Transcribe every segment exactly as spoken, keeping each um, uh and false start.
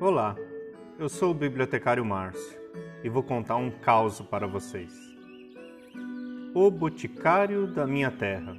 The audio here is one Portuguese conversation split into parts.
Olá, eu sou o bibliotecário Márcio e vou contar um causo para vocês. O Boticário da Minha Terra.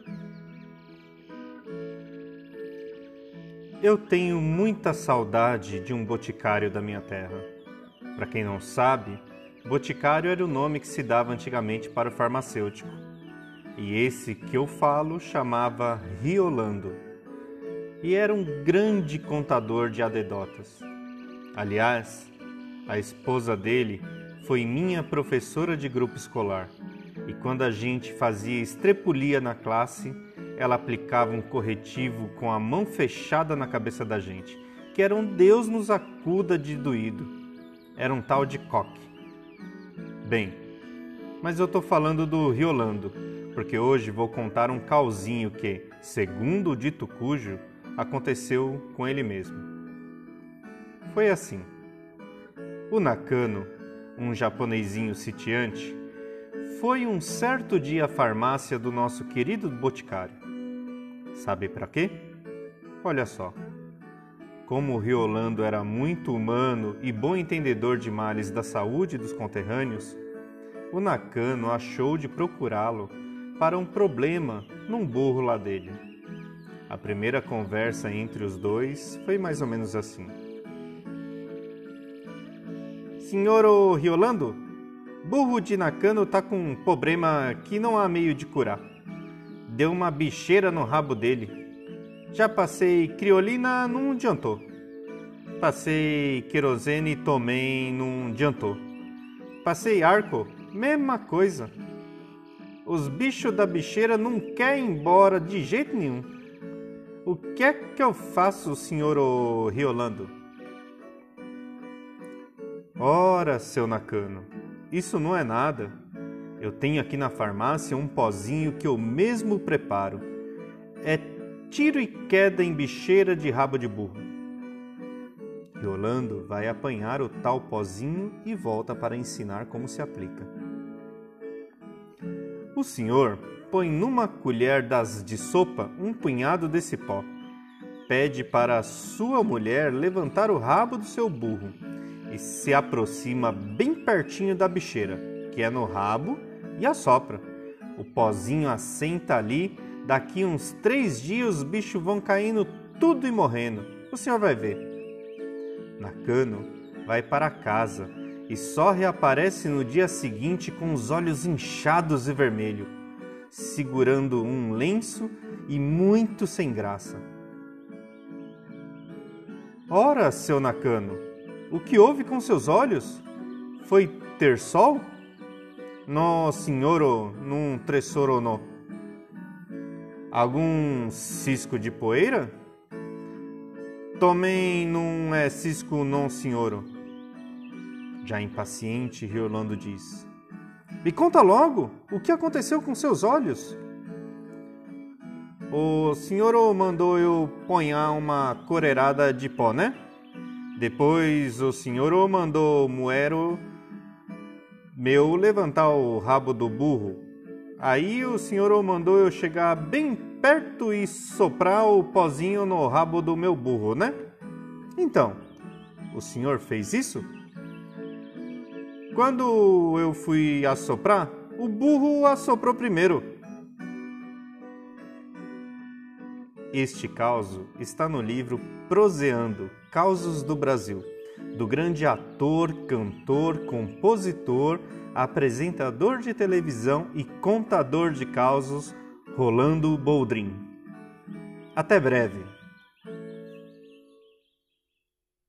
Eu tenho muita saudade de um boticário da minha terra. Para quem não sabe, boticário era o nome que se dava antigamente para o farmacêutico. E esse que eu falo chamava Riolando. E era um grande contador de anedotas. Aliás, a esposa dele foi minha professora de grupo escolar. E quando a gente fazia estrepulia na classe, ela aplicava um corretivo com a mão fechada na cabeça da gente, que era um Deus nos acuda de doído. Era um tal de coque. Bem, mas eu tô falando do Riolando, porque hoje vou contar um causinho que, segundo o dito cujo, aconteceu com ele mesmo. Foi assim. O Nakano, um japonesinho sitiante, foi um certo dia à farmácia do nosso querido boticário. Sabe para quê? Olha só. Como o Riolando era muito humano e bom entendedor de males da saúde dos conterrâneos, o Nakano achou de procurá-lo para um problema num burro lá dele. A primeira conversa entre os dois foi mais ou menos assim. Senhor Riolando, burro de Nakano tá com um problema que não há meio de curar. Deu uma bicheira no rabo dele. Já passei criolina, não adiantou. Passei querosene, tomei, não adiantou. Passei arco, mesma coisa. Os bichos da bicheira não querem ir embora de jeito nenhum. O que é que eu faço, senhor Riolando? Ora, seu Nakano, isso não é nada. Eu tenho aqui na farmácia um pozinho que eu mesmo preparo. É tiro e queda em bicheira de rabo de burro. Riolando vai apanhar o tal pozinho e volta para ensinar como se aplica. O senhor põe numa colher das de sopa um punhado desse pó. Pede para a sua mulher levantar o rabo do seu burro e se aproxima bem pertinho da bicheira, que é no rabo, e assopra. O pozinho assenta ali, daqui uns três dias os bichos vão caindo tudo e morrendo. O senhor vai ver. Nakano vai para casa e só reaparece no dia seguinte com os olhos inchados e vermelhos, segurando um lenço e muito sem graça. Ora, seu Nakano, o que houve com seus olhos? Foi ter sol? No, senhoro, num tresoro no. Algum cisco de poeira? Também não é cisco não, senhoro. Já impaciente, Riolando diz. Me conta logo, o que aconteceu com seus olhos? O senhor mandou eu ponhar uma corerada de pó, né? Depois o senhor mandou moero meu levantar o rabo do burro. Aí o senhor mandou eu chegar bem perto e soprar o pozinho no rabo do meu burro, né? Então, o senhor fez isso? Quando eu fui assoprar, o burro assoprou primeiro. Este causo está no livro Proseando, Causos do Brasil, do grande ator, cantor, compositor, apresentador de televisão e contador de causos, Rolando Boldrin. Até breve!